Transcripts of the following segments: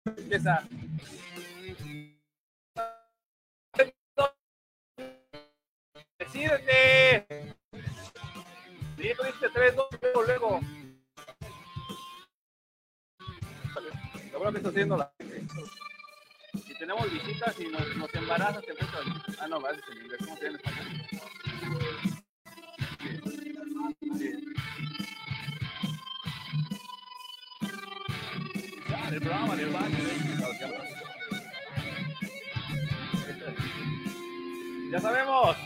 Empieza. Decídete. Sí, tú dices 3, 2, luego. Lo bueno que está haciendo la gente. Si tenemos visitas y nos embarazas, te empiezas. Ah, no, vas en inglés. ¿Cómo se llama en español? Sí. El programa del baño. Ya sabemos.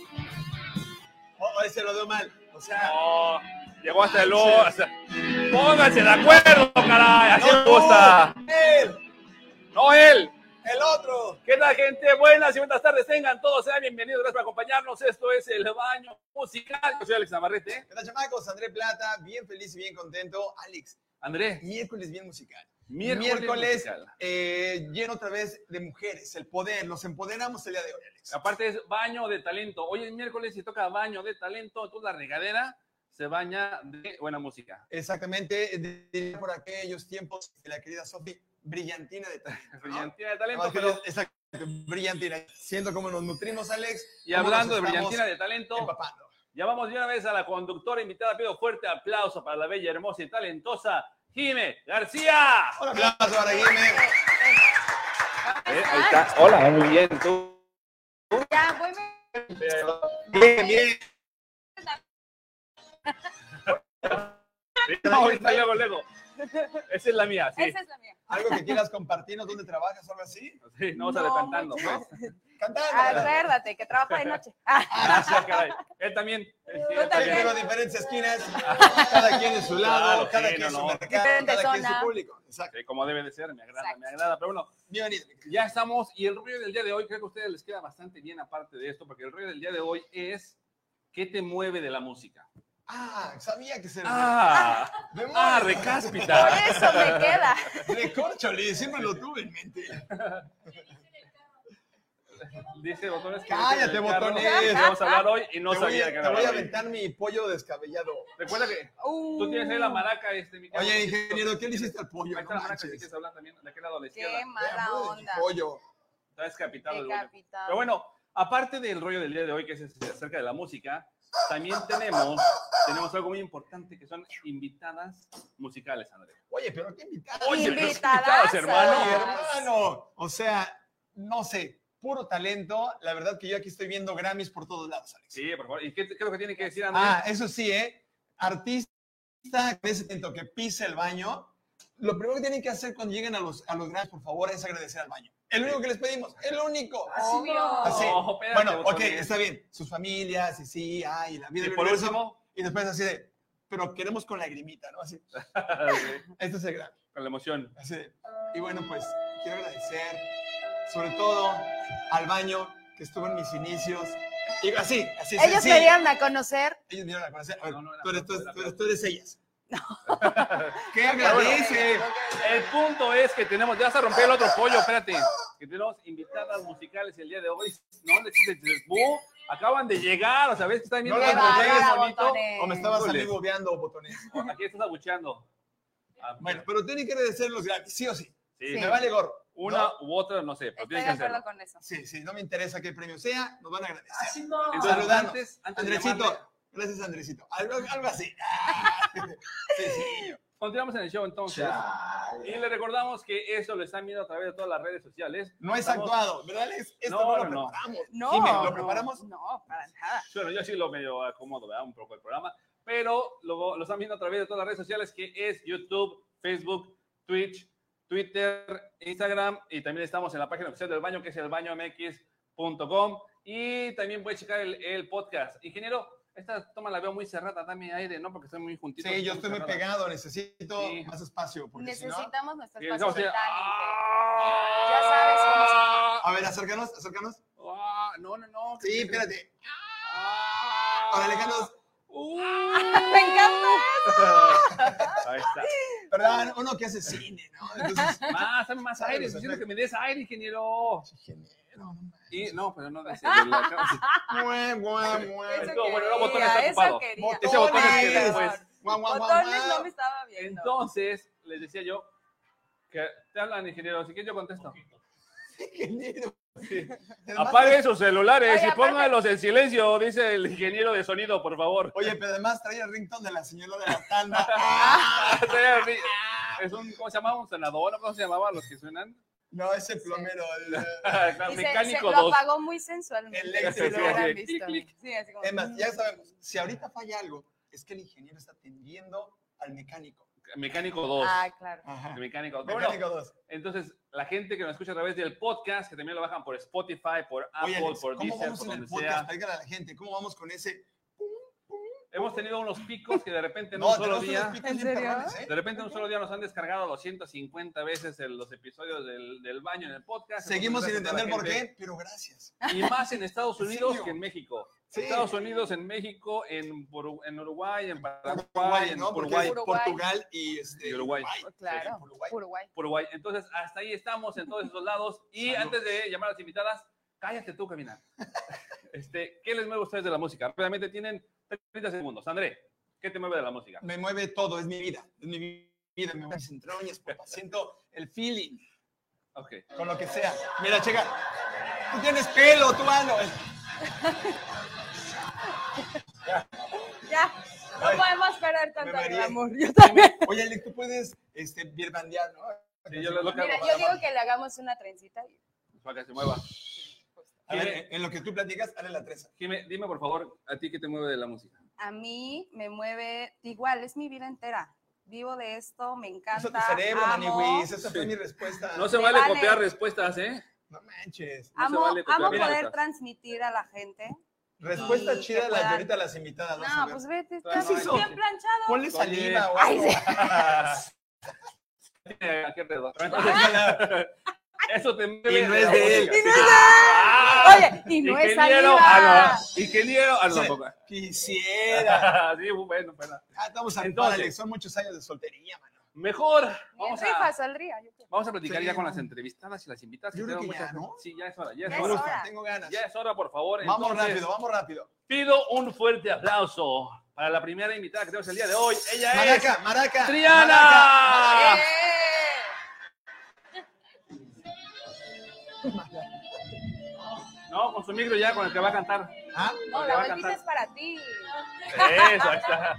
Oh, ese lo veo mal. O sea. Oh, llegó hasta el o sea, pónganse de acuerdo, caray. Así me gusta. Él. No él. El otro. ¿Qué tal, gente? Buenas y buenas tardes. Tengan todos, sean bienvenidos. Gracias por acompañarnos. Esto es El Baño Musical. Yo soy Alex Navarrete. ¿Qué tal, chamacos? André Plata, bien feliz y bien contento. Alex. André. Miércoles bien musical. Miércoles musical. Lleno otra vez de mujeres, el poder, nos empoderamos el día de hoy, Alex. Aparte es baño de talento. Hoy es miércoles y toca baño de talento. Toda la regadera se baña de buena música. Exactamente, por aquellos tiempos que la querida Sofi, brillantina de talento. ¿No? Brillantina de talento. Pero... Exacto, brillantina. Siento cómo nos nutrimos, Alex. Y hablando de brillantina de talento, empapando. Ya vamos de una vez a la conductora invitada. Pido fuerte aplauso para la bella, hermosa y talentosa Jime García. Un aplauso para Jime. Ahí está. Hola, muy bien. ¿Tú? Ya, voy. Bien, bien. Ahorita luego. Esa es la mía, sí. Esa es la mía. ¿Algo que quieras compartirnos? ¿Dónde trabajas o algo así? Sí, no sale cantando. Mucho. Cantando. Acuérdate que trabaja de noche. Sí, caray. Él también. Pero diferentes esquinas, cada quien en su lado, Claro, cada sí, quien en su no. mercado, Diferente cada quien en su zona. público. Exacto. Sí, como debe de ser, me agrada, Exacto. me agrada. Pero bueno, Bienvenido. ya estamos. Y el rollo del día de hoy, creo que a ustedes les queda bastante bien aparte de esto, porque el rollo del día de hoy es ¿qué te mueve de la música? Ah, sabía que se Recáspita. Por eso me queda. Recorcholi, siempre lo tuve en mente. Dice Botones que Cállate, Botones. vamos a hablar hoy y no Te voy, sabía que te era voy a hoy. aventar mi pollo descabellado. Recuerda que tú tienes ahí la maraca, mi cara. Oye, ingeniero, ¿qué le hiciste al pollo? Ahí está No la maraca, si manches. quieres hablar también, de aquel lado a la izquierda. Qué mala onda. Pollo. Está descapitado el bollo. Decapitado. Pero bueno, aparte del rollo del día de hoy, que es acerca de la música, también tenemos algo muy importante, que son invitadas musicales, André. Oye, pero qué invitado. Oye, pero Invitadas. hermano. Oye, hermano. O sea, no sé, puro talento. La verdad que yo aquí estoy viendo Grammys por todos lados, Alex. Sí, por favor. ¿Y qué es lo que tiene que decir, André? Ah, eso sí, artista de ese talento que pisa el baño, lo primero que tienen que hacer cuando lleguen a los Grammys, por favor, es agradecer al baño. El único que les pedimos, el único. Obvio. Así. No, espérate, Bueno, ok, Botones. está bien. Sus familias, y sí, y la vida Y del por universo. último, Y después así de, pero queremos con lagrimita, ¿no? Así. Este es el Grammy. con la emoción. Así de, y bueno, pues quiero agradecer, sobre todo, al baño que estuvo en mis inicios. Y así, Ellos sí. me dieron a conocer. Ellos me dieron a conocer. A ver, No, tú eres ellas. ¿Qué agradece? El punto es que tenemos, ya vas a romper el otro pollo, espérate, que tenemos invitadas musicales el día de hoy. No, acaban de llegar, o sea, ves que están viendo No el la bonito. bárbara, bonito. Botones. O me estabas Híjole. amigo bobeando, Botones. Aquí estás abucheando. Bueno, pero tienen que agradecer los Grammys, sí o sí. Sí. Me vale gorro. Una ¿no? u otra, no sé, pero Estoy tienen de que hacerlo. acuerdo con eso. Sí, no me interesa qué premio sea, nos van a agradecer. Entonces, Saludanos. antes de Andresito, llamarle- gracias, Andresito. Algo así. Sí. continuamos en el show entonces. Y le recordamos que eso lo están viendo a través de todas las redes sociales. No es Estamos- actuado, ¿verdad, Alex? Esto No, no lo no. preparamos. No. Jime, ¿lo no, preparamos? No, para nada. Bueno, yo sí lo medio acomodo, ¿verdad? Un poco el programa. Pero luego lo están viendo a través de todas las redes sociales, que es YouTube, Facebook, Twitch, Twitter, Instagram. Y también estamos en la página oficial del baño, que es elbañomx.com. Y también puedes checar el podcast. Ingeniero, esta toma la veo muy cerrada. Dame aire, ¿no? Porque estoy muy juntito. Sí, yo estoy muy cerrada. pegado, necesito Sí. más espacio. Porque si no... Necesitamos nuestro Y espacio decimos así, vital. Ya sabes cómo se... A ver, acércanos. No. Sí, espérate. Ahora, alejanos. Me encanta. Ahí está. Perdón, uno que hace cine, ¿no? Entonces, Dame más aire. Estoy diciendo que me des aire, ingeniero. ingeniero, no Y no, pero no decía de la cámara. Eso No, bueno, no, quería, Botones está eso ocupado. quería. Ese botón es que Botones. después. Guau. Botones no me estaba viendo. Entonces, les decía yo Que te hablan, ingeniero. Si quieres, yo contesto. Ingeniero. Sí. Además, Apaguen sus celulares Oye, y aparte- pónganlos en silencio, dice el ingeniero de sonido, por favor. Oye, pero además trae el ringtone de la señora de la tanda. Es un, ¿cómo se llamaba? ¿Un senador? ¿Cómo se llamaban los que suenan? No, ese plomero. Y Mecánico lo 2. apagó muy sensualmente. Eléctrico. Si lo hubieran Sí, visto. clic, Sí, así como, Es más, ya sabemos, si ahorita falla algo, es que el ingeniero está atendiendo al mecánico. Mecánico 2. Ah, claro. Ajá. Mecánico 2. Bueno, Mecánico 2. entonces, la gente que nos escucha a través del podcast, que también lo bajan por Spotify, por Apple, Oye, Alex, por ¿cómo Deezer, vamos por en el donde podcast? sea. Platícale a la gente, ¿cómo vamos con ese? Hemos tenido unos picos que de repente en No, un solo tenemos día, unos picos ¿En bien serio? perrones, ¿eh? de repente en un solo día nos han descargado 250 veces los episodios del baño en el podcast. Seguimos sin Entonces, gracias a entender la por gente. qué, pero gracias. Y más en Estados ¿En Unidos serio? que en México. Sí. Estados Unidos, en México, en Uruguay, en Paraguay, Uruguay, en ¿no? Porque Uruguay. es Uruguay. Portugal y Y Uruguay. Claro. Uruguay. Uruguay. Uruguay. Entonces, hasta ahí estamos en todos esos lados. Y Saludos. antes de llamar a las invitadas, cállate tú, Camina. ¿Qué les mueve a ustedes de la música? Rápidamente tienen 30 segundos. André, ¿qué te mueve de la música? Me mueve todo, es mi vida. Es mi vida, me mueve mis entrañas, papá. Siento el feeling Ok. con lo que sea. Mira, checa. Tú tienes pelo, tú ando. Ya. No Ay, podemos perder tanto me el mareé. amor. Yo también. Oye, Alex, tú puedes birbandear, ¿no? Sí, yo lo que Mira, hago yo digo que le hagamos una trencita. para que se mueva. A ver, en lo que tú platicas, dale la treza. Jimé, dime por favor, ¿a ti qué te mueve de la música? A mí me mueve, igual, es mi vida entera. Vivo de esto, me encanta. Usa tu cerebro, amo, Maniwis. Esa fue mi respuesta. No se Me vale vale. copiar respuestas, ¿eh? No manches. No se amo, vale copiar amo respuestas. poder transmitir a la gente. Respuesta Y chida que la de puedan- ahorita las invitadas. vas a No, ver. pues vete, ¿Qué estás es eso? bien planchado. Ponle saliva o Ay, algo. sí. Aquí alrededor. Entonces, eso te mueve. Y no es de él. la música. Y no es de Ah, Oye, y no es ingeniero. saliva. Ah, no. Ingeniero. Ah, no, Sí. tampoco. Quisiera. Sí, bueno. Estamos a Entonces. Alex. Son muchos años de soltería, mano. Mejor. Bien Vamos rifa a, saldría, yo creo. vamos a platicar Sí, ya con no. las entrevistadas y las invitadas. Yo creo tengo que ya, muchas- ¿no? Sí, ya es hora. Ya es Ya Me es hora. gusta, hora. tengo ganas. Ya es hora, por favor. Vamos Entonces, rápido, vamos rápido. Pido un fuerte aplauso para la primera invitada que tenemos el día de hoy. Ella es Maraca, Maraca. Triana. Maraca. No, con su micro ya, con el que va a cantar. Ah, No, Porque la va a vueltita cantar. es para ti. Eso, ahí está.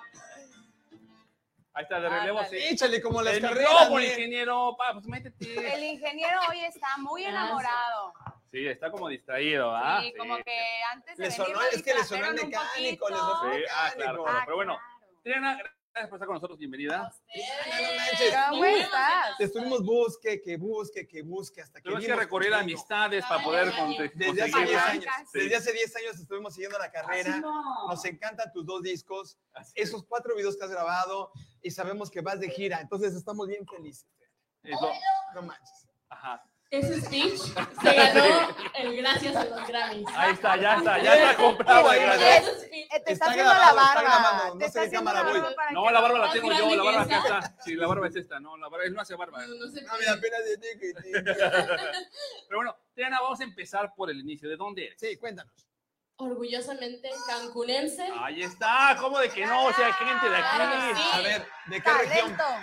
Ahí está, de relevo, Ándale. sí. échale como las El carreras. micrófono, men. ingeniero. Pa, pues métete. El ingeniero hoy está muy enamorado. Sí, está como distraído, ¿ah? Sí, como que antes de Le sonó, venir nos es que le sonó el distrajeron un mecánico, le poquito. sonó Sí, claro, mecánico. claro. Pero bueno, claro. Triana, gracias por estar con nosotros. Bienvenida. Triana, no manches. ¿Cómo estás? Te estuvimos busque hasta que Tuvimos que dimos recurrir a contigo. amistades para poder Desde hace 10 conseguirla. años. Sí. Desde hace 10 años estuvimos siguiendo la carrera. Nos encantan tus 2 discos, Así esos 4 videos que has grabado y sabemos que vas de gira. Entonces estamos bien felices. Eso. No manches. Ajá. Ese speech se ganó el gracias a los Grammys. Ahí está, ya está comprado. ahí, gracias. Ese speech. Te Está está haciendo grabado, la está barba. grabando, no Te sé está qué haciendo cámara la voy. barba para No, que la barba la más tengo yo, grande la que barba acá esa. está. Sí, la barba es esta, no, la barba, él no hace barba. No sé. No me da pena de ti. Pero bueno, Triana, vamos a empezar por el inicio. ¿De dónde eres? Sí, cuéntanos. Orgullosamente cancunense. Ahí está, ¿cómo de que no? O sea, hay gente de Claro aquí. que sí. A ver, ¿de qué región? talento.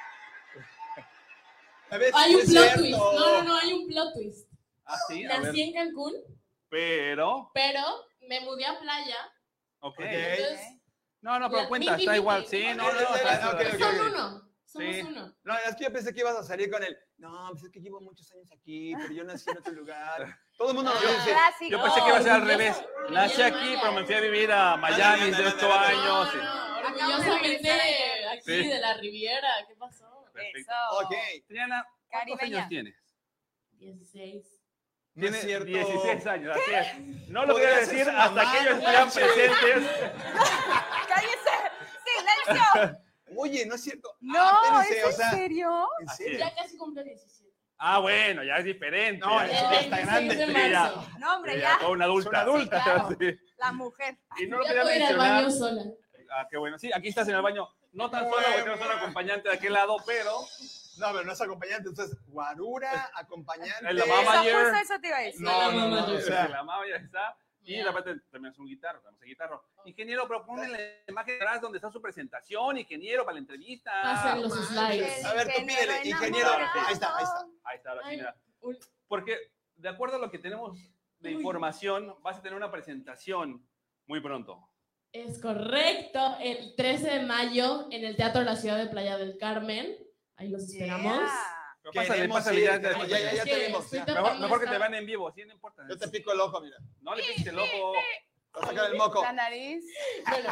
A ver, Hay si un es plot cierto. twist. No, hay un plot twist. Ah, sí, a ver. Nací en Cancún, Pero, pero me mudé a playa. ok. Ok. Entonces, No, no, pero La- cuenta, mi, está mi, igual. mi. Sí, no, Ok, no, ok, está- ok, ok. son uno. Somos Sí. uno. No, es que yo pensé que ibas a salir con el. No, pues es que llevo muchos años aquí, pero yo nací en otro lugar. Todo el mundo nos dice. Clásico. Yo pensé que iba a ser al Orgullosa. revés. Nací aquí, pero me fui a vivir a Miami Ándale, de 8 ándale, años. No, y- no, Acabo de orgullosamente regresar aquí Sí. de la Riviera. ¿Qué pasó? Perfecto. Eso. Ok, Triana, ¿cuántos Caribeña. años tienes? 16. no es Tienes cierto. 16 años, así es. No lo Podría voy a ser decir su hasta mamá, que ellos no estuvieran manches. presentes. ¡Cállese! ¡Silencio! Oye, no es cierto. No, espérense, ¿es o en sea, serio? ¿en Así serio? Ya casi cumple 17. Ah, bueno, ya es diferente. No, ya, ya El está 26 grande. de Sí, ya. marzo. No, hombre, Sí, ya. toda una adulta. Es una adulta, Sí, claro. Sí. La mujer. Y no lo Ya quería puedo ir al mencionar. baño sola. Ah, qué bueno. Sí, aquí estás en el baño. No tan solo porque tenemos un acompañante de aquel lado, pero No, pero no es acompañante, entonces, guarura, acompañante. Es la Eso, mamá. Manager. justo eso te iba a decir. No, no, no, No, o sea, la mamá ya está. Y de repente también es un guitarro, tenemos el guitarro. Ingeniero, pero ponle la imagen atrás donde está su presentación, ingeniero, para la entrevista. Pasen los slides. A ver, tú pídele, ingeniero. Ahí está, ahí está. Ahí está, ahora sí, Ay, mira. un- Porque de acuerdo a lo que tenemos de información, vas a tener una presentación muy pronto. Es correcto, el 13 de mayo en el Teatro de la Ciudad de Playa del Carmen. Ahí los esperamos. Yeah. Pero Queremos pásale, ir, ya, queremos- ya Es te que vimos. estoy Ya. tratando Mejor que de te estar- vean en vivo, sí, no importa. Yo te pico el ojo, mira. No le piques el ojo. Voy a sacar el moco. La nariz. Bueno,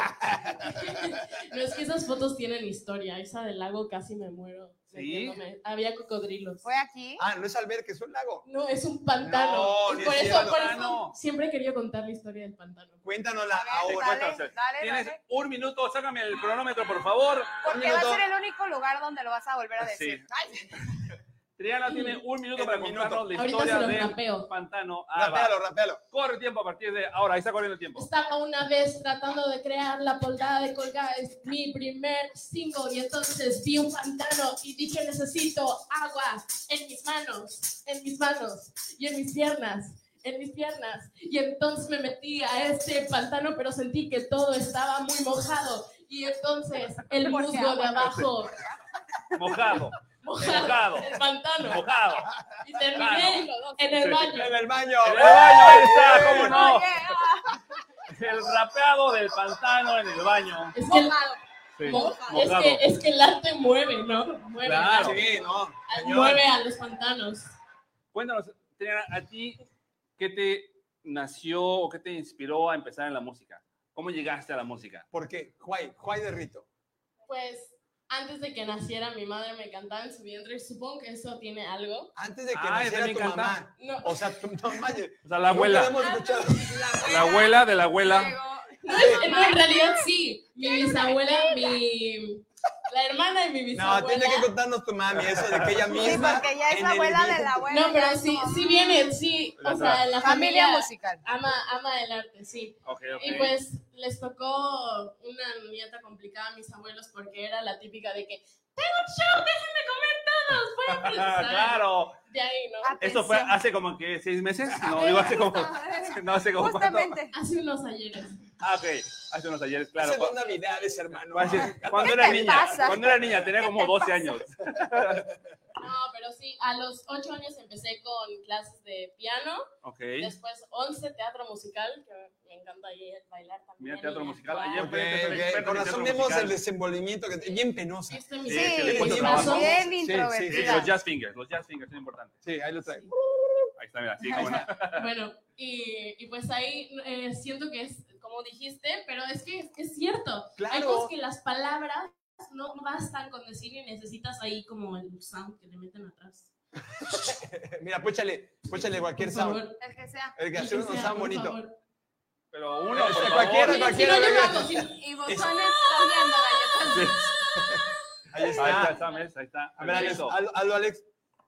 no es que esas fotos tienen historia. Esa del lago casi me muero. ¿Sí? metiéndome. Había cocodrilos. Fue aquí. Ah, no es albergue, es un lago. No, es un pantano. No, Y ni por es eso, cierto. por Ah, eso no. siempre he querido contar la historia del pantano. Cuéntanosla A ver, ahora. dale, Cuéntanos. dale, Tienes dale. un minuto, sácame el cronómetro, por favor. Porque va a minuto. ser el único lugar donde lo vas a volver a Sí. decir. Ay, Triana tiene un minuto En para un contarnos la Ahorita historia se los del rapeo. pantano. Ah, va. Rapealo, rapealo. Corre el tiempo a partir de ahora. Ahí está corriendo el tiempo. Estaba una vez tratando de crear la polgada de colgada, es mi primer single, y entonces vi un pantano y dije necesito agua en mis manos y en mis piernas. Y entonces me metí a este pantano, pero sentí que todo estaba muy mojado. Y entonces el ¿Por qué musgo de agua? abajo, Mojado. Mojado. el pantano. Mojado. Y terminé en el baño. En el baño. En el baño, ahí está, ¿cómo no? oye, El rapeado del pantano en el baño. Es que, mojado. Sí, es mojado. es que el arte mueve, ¿no? Mueve, Claro. Sí, no. Cañón. mueve a los pantanos. Cuéntanos, Triana, a ti, ¿qué te nació o qué te inspiró a empezar en la música? ¿Cómo llegaste a la música? ¿Por qué? Juay de Rito. Pues antes de que naciera mi madre me cantaba en su vientre y supongo que eso tiene algo. Antes de que Ay, naciera también tu canta. mamá. No, O sea, tú no manches. O sea, la abuela. Nunca hemos escuchado. La abuela de la abuela. no, en realidad sí. Mi bisabuela, la hermana de mi No, bisabuela. tiene que contarnos tu mami eso de que ella Sí, misma. porque ya es en la el abuela de viejo- la abuela. No, ya pero es sí, como- sí viene, sí. O sea, la Familia familia musical. ama el arte, sí. Ok, ok. Y pues les tocó una nieta complicada a mis abuelos porque era la típica de que tengo un show, déjenme comer todos. Voy a ¿sabes? Claro. De ahí, ¿no? ¿Esto fue hace como que 6 meses? No, digo hace como. No, hace como. ¿cuánto? Justamente. Hace unos ayeres. Ah, ok. Hace unos ayeres, claro. Hace 2 navidades, hermano. Cuando ¿Qué era te niña. pasa? Cuando era niña, tenía como 12 años. No, pero sí, a los 8 años empecé con clases de piano, Ok. después 11 teatro musical, que me encanta ahí bailar también. Mira, teatro y musical. actuar. Ayer Ok, fue el ok. experto Con en razón teatro vemos musical. el desenvolvimiento que bien penosa. Este es mi Sí, Sí, sí, le cuento trabajo. trabajo. bien Sí, sí, introvertida. Los jazz fingers son importantes. Sí, ahí lo traigo. Ahí está, mira, sí, cómo no. Bueno, y pues ahí siento que es, como dijiste, pero es que es cierto. Claro. Hay cosas que las palabras no bastan con decir y necesitas ahí como el sound que le meten atrás. Mira, póchale cualquier Por sound. favor. El que sea. El que El hace que un sea, sound por bonito. favor. Pero uno, por favor. Cualquiera, Si cualquiera. no, yo lo cualquiera. hago, sí. Y botones cambiando galletas. Ahí Ahí está, está. ¿sabes? Ahí está. A ver, Alex, Eso. hazlo, Alex.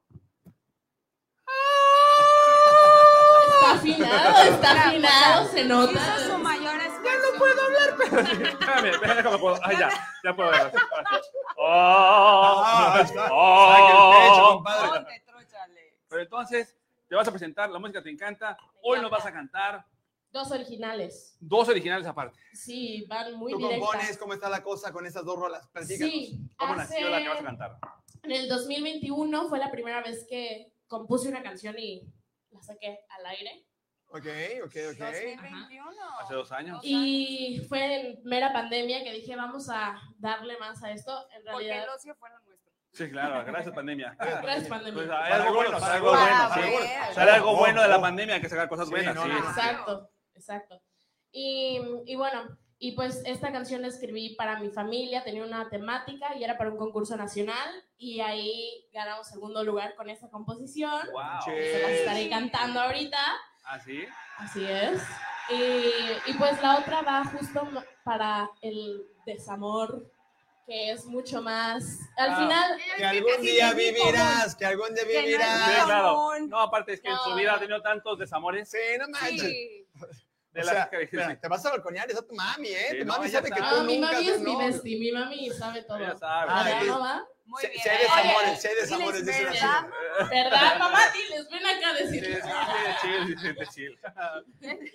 Está afinado, se nota. Hizo su mayor esfuerzo. Espérame, déjame puedo. Ay, ya puedo verlo. Ahora sí. Ah, está. Oh. Saca el pecho, compadre. Ponte trucha, Alex. Pero entonces, te vas a presentar, la música te encanta. Hoy nos vas a cantar 2 originales. 2 originales aparte. Sí, van muy ¿Tú directas. compones? ¿Cómo está la cosa con esas 2 rolas? Platícanos. Sí, ¿Cómo nació la que vas a cantar? En el 2021 fue la primera vez que compuse una canción y la saqué al aire. Ok. 2021. Hace 2 años. Y fue en mera pandemia que dije, vamos a darle más a esto. En Porque realidad, el ocio fue lo nuestro. Sí, claro, gracias pandemia. gracias Pues pandemia. hay algo bueno, Para sale algo algunos, bueno, sí. para Sale algo ver. bueno de la pandemia, hay que sacar cosas Sí, buenas, no, sí. no, no. Exacto. Y bueno, y pues esta canción la escribí para mi familia, tenía una temática y era para un concurso nacional y ahí ganamos 2º lugar con esta composición. Wow. Sí. Se las estaré cantando ahorita. ¿Ah, sí? Así es. Y pues la otra va justo para el desamor, que es mucho más. Al Ah. final, Que algún día vivirás, que algún día Que no es Sí, vivirás. claro. común. No, aparte es que en su No. vida ha tenido tantos desamores. Sí, no manches. Sí. De O las sea, que espera, te vas a balconear, es a tu mami, ¿eh? Sí, Tu no, mami ella sabe que sabe. tú mi nunca mami es has mi novio. bestie, mi mami sabe todo. Ella sabe. Ah, ¿Verdad, sí. mamá? Muy Si bien. hay desamores, Oye, si hay desamores, diles, dice la ¿verdad? señora. ¿Verdad, mamá? Diles, ven acá a Sí, decir. sí, chill. Pero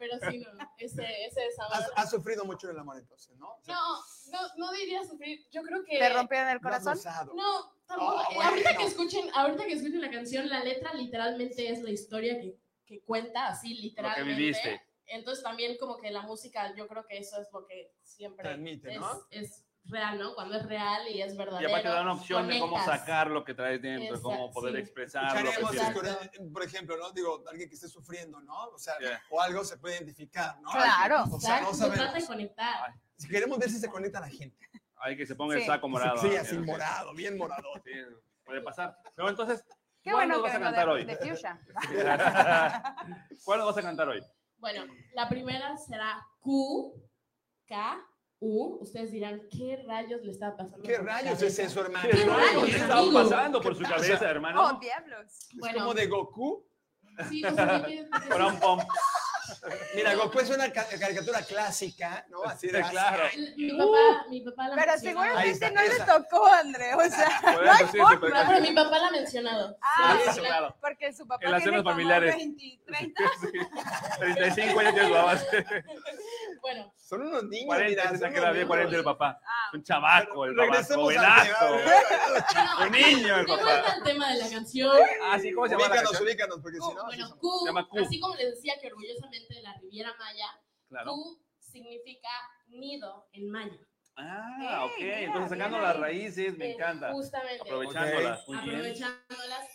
pero sí, no, ese desamor. Has sufrido mucho en el amor entonces, ¿no? O sea, No diría sufrir, yo creo que... ¿Te rompieron el lo has corazón? gozado. No, tampoco. Oh, bueno. Ahorita que escuchen la canción, la letra literalmente es la historia que cuenta, así literalmente. Lo que viviste. Entonces también como que la música, yo creo que eso es lo que siempre Transmite, ¿no? es real, ¿no? Cuando es real y es Y verdadero. aparte da una opción de cómo conectas. sacar lo que traes dentro, cómo poder sí. expresar lo que Escucharemos, tienes. por ejemplo, ¿no? Digo, alguien que esté sufriendo, ¿no? O sea, Yeah. o algo se puede identificar, ¿no? Claro. O sea, no Exacto, se trata de sabemos. conectar. Si queremos ver si se conecta la gente. Hay que se ponga Sí. el saco morado. Sí, así morado, bien morado. Sí, puede pasar. Pero entonces, Qué ¿cuál bueno nos que vas a vengo cantar hoy? de Fuchsia. ¿Cuál nos vas a cantar hoy? Bueno, la primera será Q, K, U. Ustedes dirán, ¿qué rayos le está pasando? ¿Qué por su rayos es cabeza? eso, hermano? ¿Qué rayos, ¿Qué estaba amigo? pasando por su ¿Qué pasa? cabeza, ¡Oh, hermano? diablos! Es Bueno, como de Goku. sí, no sé qué. Pom, pom. Mira, Goku es una caricatura clásica, ¿no? Así de Claro. Mi papá la Pero mencionaba. Ahí seguramente está, no le esa. tocó, André. O sea, Por no hay eso, sí, forma. sí, No, pero mi papá la ha mencionado. Ah, Eso, claro. porque su papá En las tiene cenas como familiares. 20, 30. Sí. 35 años tienes babas. Bueno, Son unos niños, 40, mira. dice son que era unos bien 40 el niños. papá. Ah, Un chamaco, el papá. Regresemos al Jovenazo. tema. Un niño, el de papá. vuelta al tema de la canción. Ah, sí, ¿cómo se llama la Ubícanos, canción? ubícanos, porque si no. Bueno, así Q, Se llama Q. así como les decía que orgullosamente de la Riviera Maya, Claro. Q significa nido en maya. Ah, ok. mira, Entonces sacando bien las ahí. raíces, me encanta. Justamente. Aprovechándolas. Muy bien. Aprovechándolas.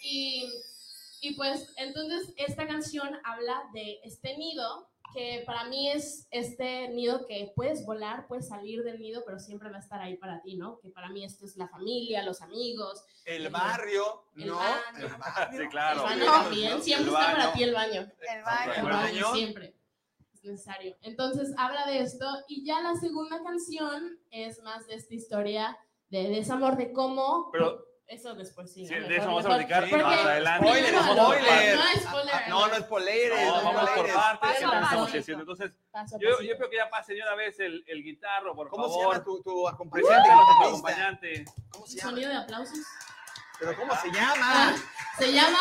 Y pues entonces esta canción habla de este nido, que para mí es este nido que puedes volar, puedes salir del nido, pero siempre va a estar ahí para ti, ¿no? Que para mí esto es la familia, los amigos. El barrio, El ¿no? baño. El barrio. Sí, claro. El baño No. también, siempre El está baño. para ti el baño. el El baño. ¿El baño baño? siempre es necesario. Entonces habla de esto y ya la segunda canción es más de esta historia de desamor, de cómo... Pero- eso después sí. Sí, ¿no? de eso Mejor- vamos a mejor- platicar Sí, más no, adelante. spoiler, No, spoiler. no hay spoiler. No, no es spoiler. No, no vamos por spoilers. partes, Paso que a estamos paso. haciendo. Entonces, Paso a yo pasito. creo que ya pase de una vez el guitarro, por ¿Cómo se favor. llama tu acompañante? Preséntanos a tu guitarrista? acompañante. ¿Cómo se llama? Sonido de aplausos. ¿Pero cómo se Ah, llama? se llama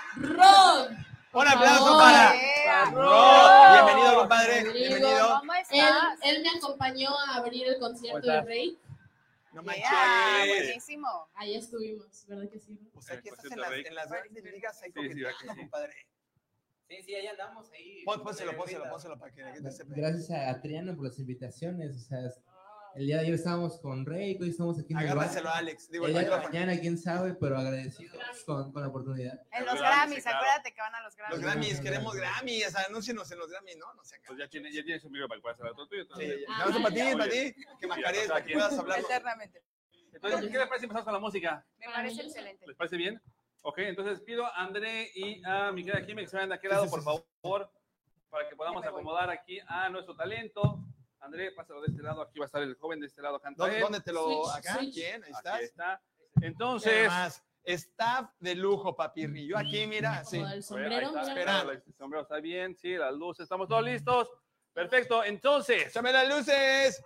Rod. Un aplauso favor. para Yeah. Rod. Bienvenido, compadre. Rodrigo. Bienvenido. ¿Cómo estás? Él me acompañó a abrir el concierto ¿Cómo de estás? Rey. No Yeah, manches. buenísimo. Ahí estuvimos, ¿verdad que sí? Pues aquí estás Concierto de en las grandes ligas. Ahí Sí, sí, coqueteando, aquí sí. compadre. Sí, ahí andamos ahí. Pónselo para que la gente sepa. Gracias a Triana por las invitaciones. O sea, el día de ayer estábamos con Rey, hoy estamos aquí en el Agárraselo, bar. Alex. Digo, El el día de micrófono. mañana, quién sabe, pero agradecidos con la oportunidad. En Los los Grammys, Grammys, sí, claro. acuérdate que van a los Grammys. Los Grammys, queremos Grammys. Anúncienos en los Grammys, ¿no? No se haga. Pues ya tienes un video para que puedas hacer otro tuyo. Sí, entonces- ya. Vamos para ti, Muy para bien. ti. Que Macarés, Mira, para que puedas hablar. Eternamente. Entonces, ¿qué les parece si empezamos con la música? Me parece excelente. ¿Les parece bien? Ok, entonces pido a André y a mi querida Jimmy que se vayan de aquel lado, por favor, para que podamos Me voy. acomodar aquí a nuestro talento. André, pásalo de este lado, aquí va a estar el joven de este lado, canta él. ¿Dónde te lo...? Switch, ¿Acá? switch. ¿Quién? Ahí Aquí estás. está. Entonces, Entonces, más staff de lujo, papirri. Yo aquí, mira, sí. Como del ahí sombrero. está, mira. Espera. el sombrero está bien, sí, las luces, estamos todos listos. Perfecto, entonces, ¡Échame las luces!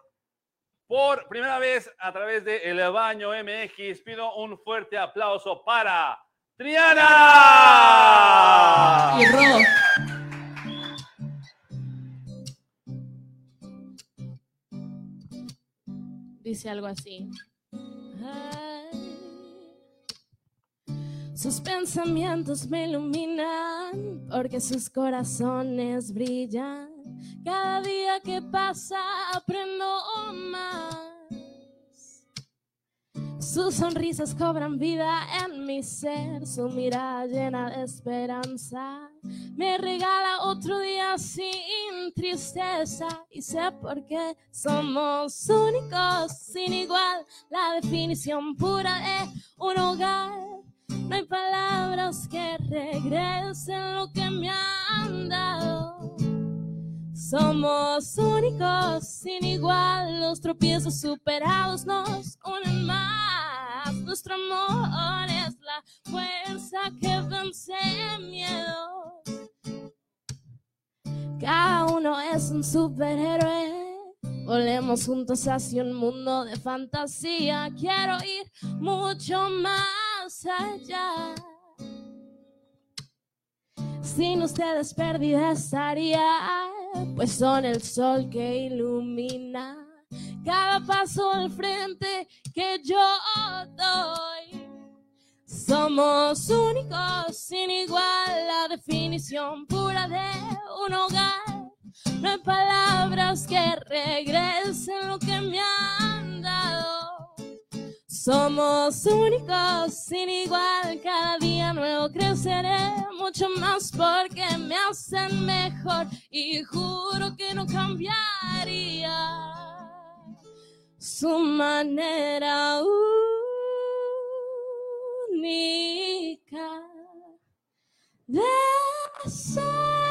por primera vez a través de El Baño MX, pido un fuerte aplauso para Triana. Y Rod. Dice algo así. Ay, sus pensamientos me iluminan porque sus corazones brillan. Cada día que pasa aprendo más. Sus sonrisas cobran vida en mi ser, su mirada llena de esperanza me regala otro día sin tristeza y sé por qué somos únicos, sin igual, la definición pura de un hogar. No hay palabras que regresen lo que me han dado. Somos únicos, sin igual, los tropiezos superados nos unen más. Nuestro amor es la fuerza que vence el miedo. Cada uno es un superhéroe. Volemos juntos hacia un mundo de fantasía. Quiero ir mucho más allá. Sin ustedes perdida estaría. pues son el sol que ilumina cada paso al frente que yo doy. Somos únicos, sin igual, la definición pura de un hogar. No hay palabras que regresen lo que me han dado. Somos únicos, sin igual, cada día nuevo creceré mucho más porque me hacen mejor y juro que no cambiaría su manera única de ser.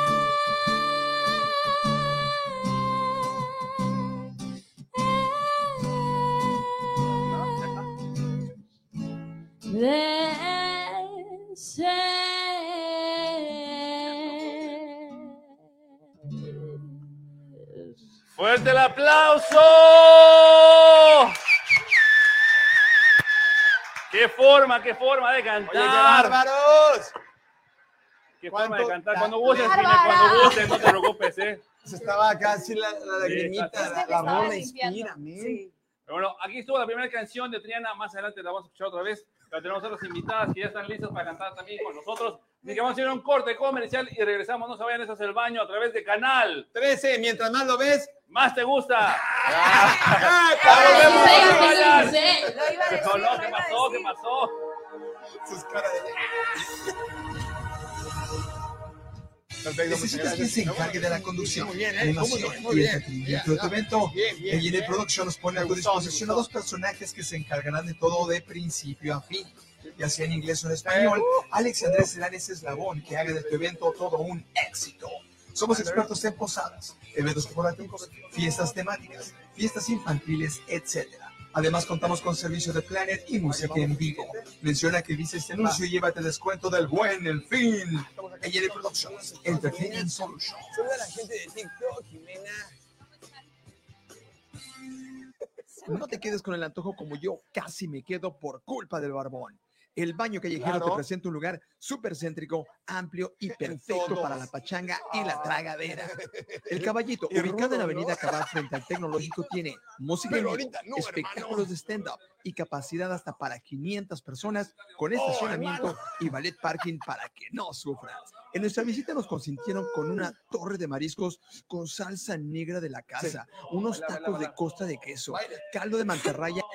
De ser. ¡Fuerte el aplauso! ¡Qué forma de cantar! ¡Oye, qué bárbaros! ¡Qué forma de ¿Cuánto cantar! ta- Cuando gustes, Jimé, ¡Bárbara! cuando gustes, no te preocupes, Se estaba casi la lagrimita, Sí, la Estaba rola limpiando. inspira, men. Sí. Pero bueno, aquí estuvo la primera canción de Triana, más adelante la vamos a escuchar otra vez, pero tenemos otras invitadas que ya están listas para cantar también con nosotros. Así que vamos a ir a un corte comercial y regresamos, no se vayan, esto es El Baño a través de Canal 13, mientras más lo ves. Más Te Gusta. ¡Ah, ¡Vamos, no se cabrón! vayan! Lo iba a decir, No, lo ¿qué iba a pasó? ¿Qué decir. pasó? Sus caras Perfecto, ¿Necesitas quien se encargue de la conducción, Muy bien, animación muy y bien. entretenimiento de tu evento? Bien, bien, EYN bien. Productions pone a tu Me gustó, disposición a me gustó. 2 personajes que se encargarán de todo de principio a fin, ya sea en inglés o en español. Alex y Andrés serán ese eslabón que haga de tu evento todo un éxito. Somos expertos en posadas, eventos corporativos, fiestas temáticas, fiestas infantiles, etc. Además, contamos con servicio de planner y música en vivo. Menciona que viste este anuncio y llévate descuento del buen El Fin. EYN Productions, Entertainment Solutions. Saluda a la gente de TikTok, Jimena. No te quedes con el antojo como yo casi me quedo por culpa del barbón. El Baño Callejero Claro. te presenta un lugar súper céntrico, amplio y perfecto todo. para la pachanga y la tragadera. El Caballito, Y ubicado en rudo, la ¿no? avenida Cabal frente al Tecnológico, tiene música en Pero vivo, ahorita no, espectáculos de stand-up y capacidad hasta para 500 personas con Oh, estacionamiento y ballet parking para que no sufras. En nuestra visita nos consintieron con una torre de mariscos con salsa negra de la casa, unos Baila, tacos baila. de costa de queso, caldo de mantarraya.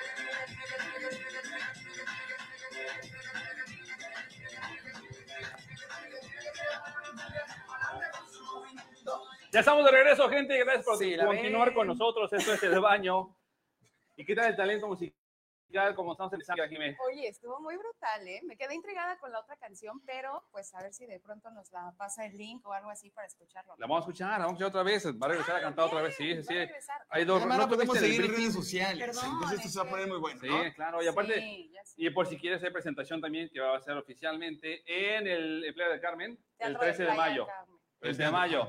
Ya estamos de regreso, gente. Gracias por Sí, la continuar ven. con nosotros. Esto es El Baño. ¿Y qué tal el talento musical? Como estamos empezando, Jimé. Oye, estuvo muy brutal, ¿eh? Me quedé intrigada con la otra canción, pero pues a ver si de pronto nos la pasa el link o algo así para escucharlo. La vamos a escuchar otra vez. Va a regresar a cantar otra vez. Sí, sí, Va a sí. regresar. Hay dos. Además, ¿No la podemos tuviste el seguir en briefing? redes sociales. Perdón, Entonces esto se va a poner muy bueno, Sí, ¿no? claro. Y aparte, Sí, ya sé. y por si quieres hacer presentación también, que va a ser oficialmente en el Playa del Carmen, el Teatro 13 de Playa mayo. Carmen. 13 de mayo.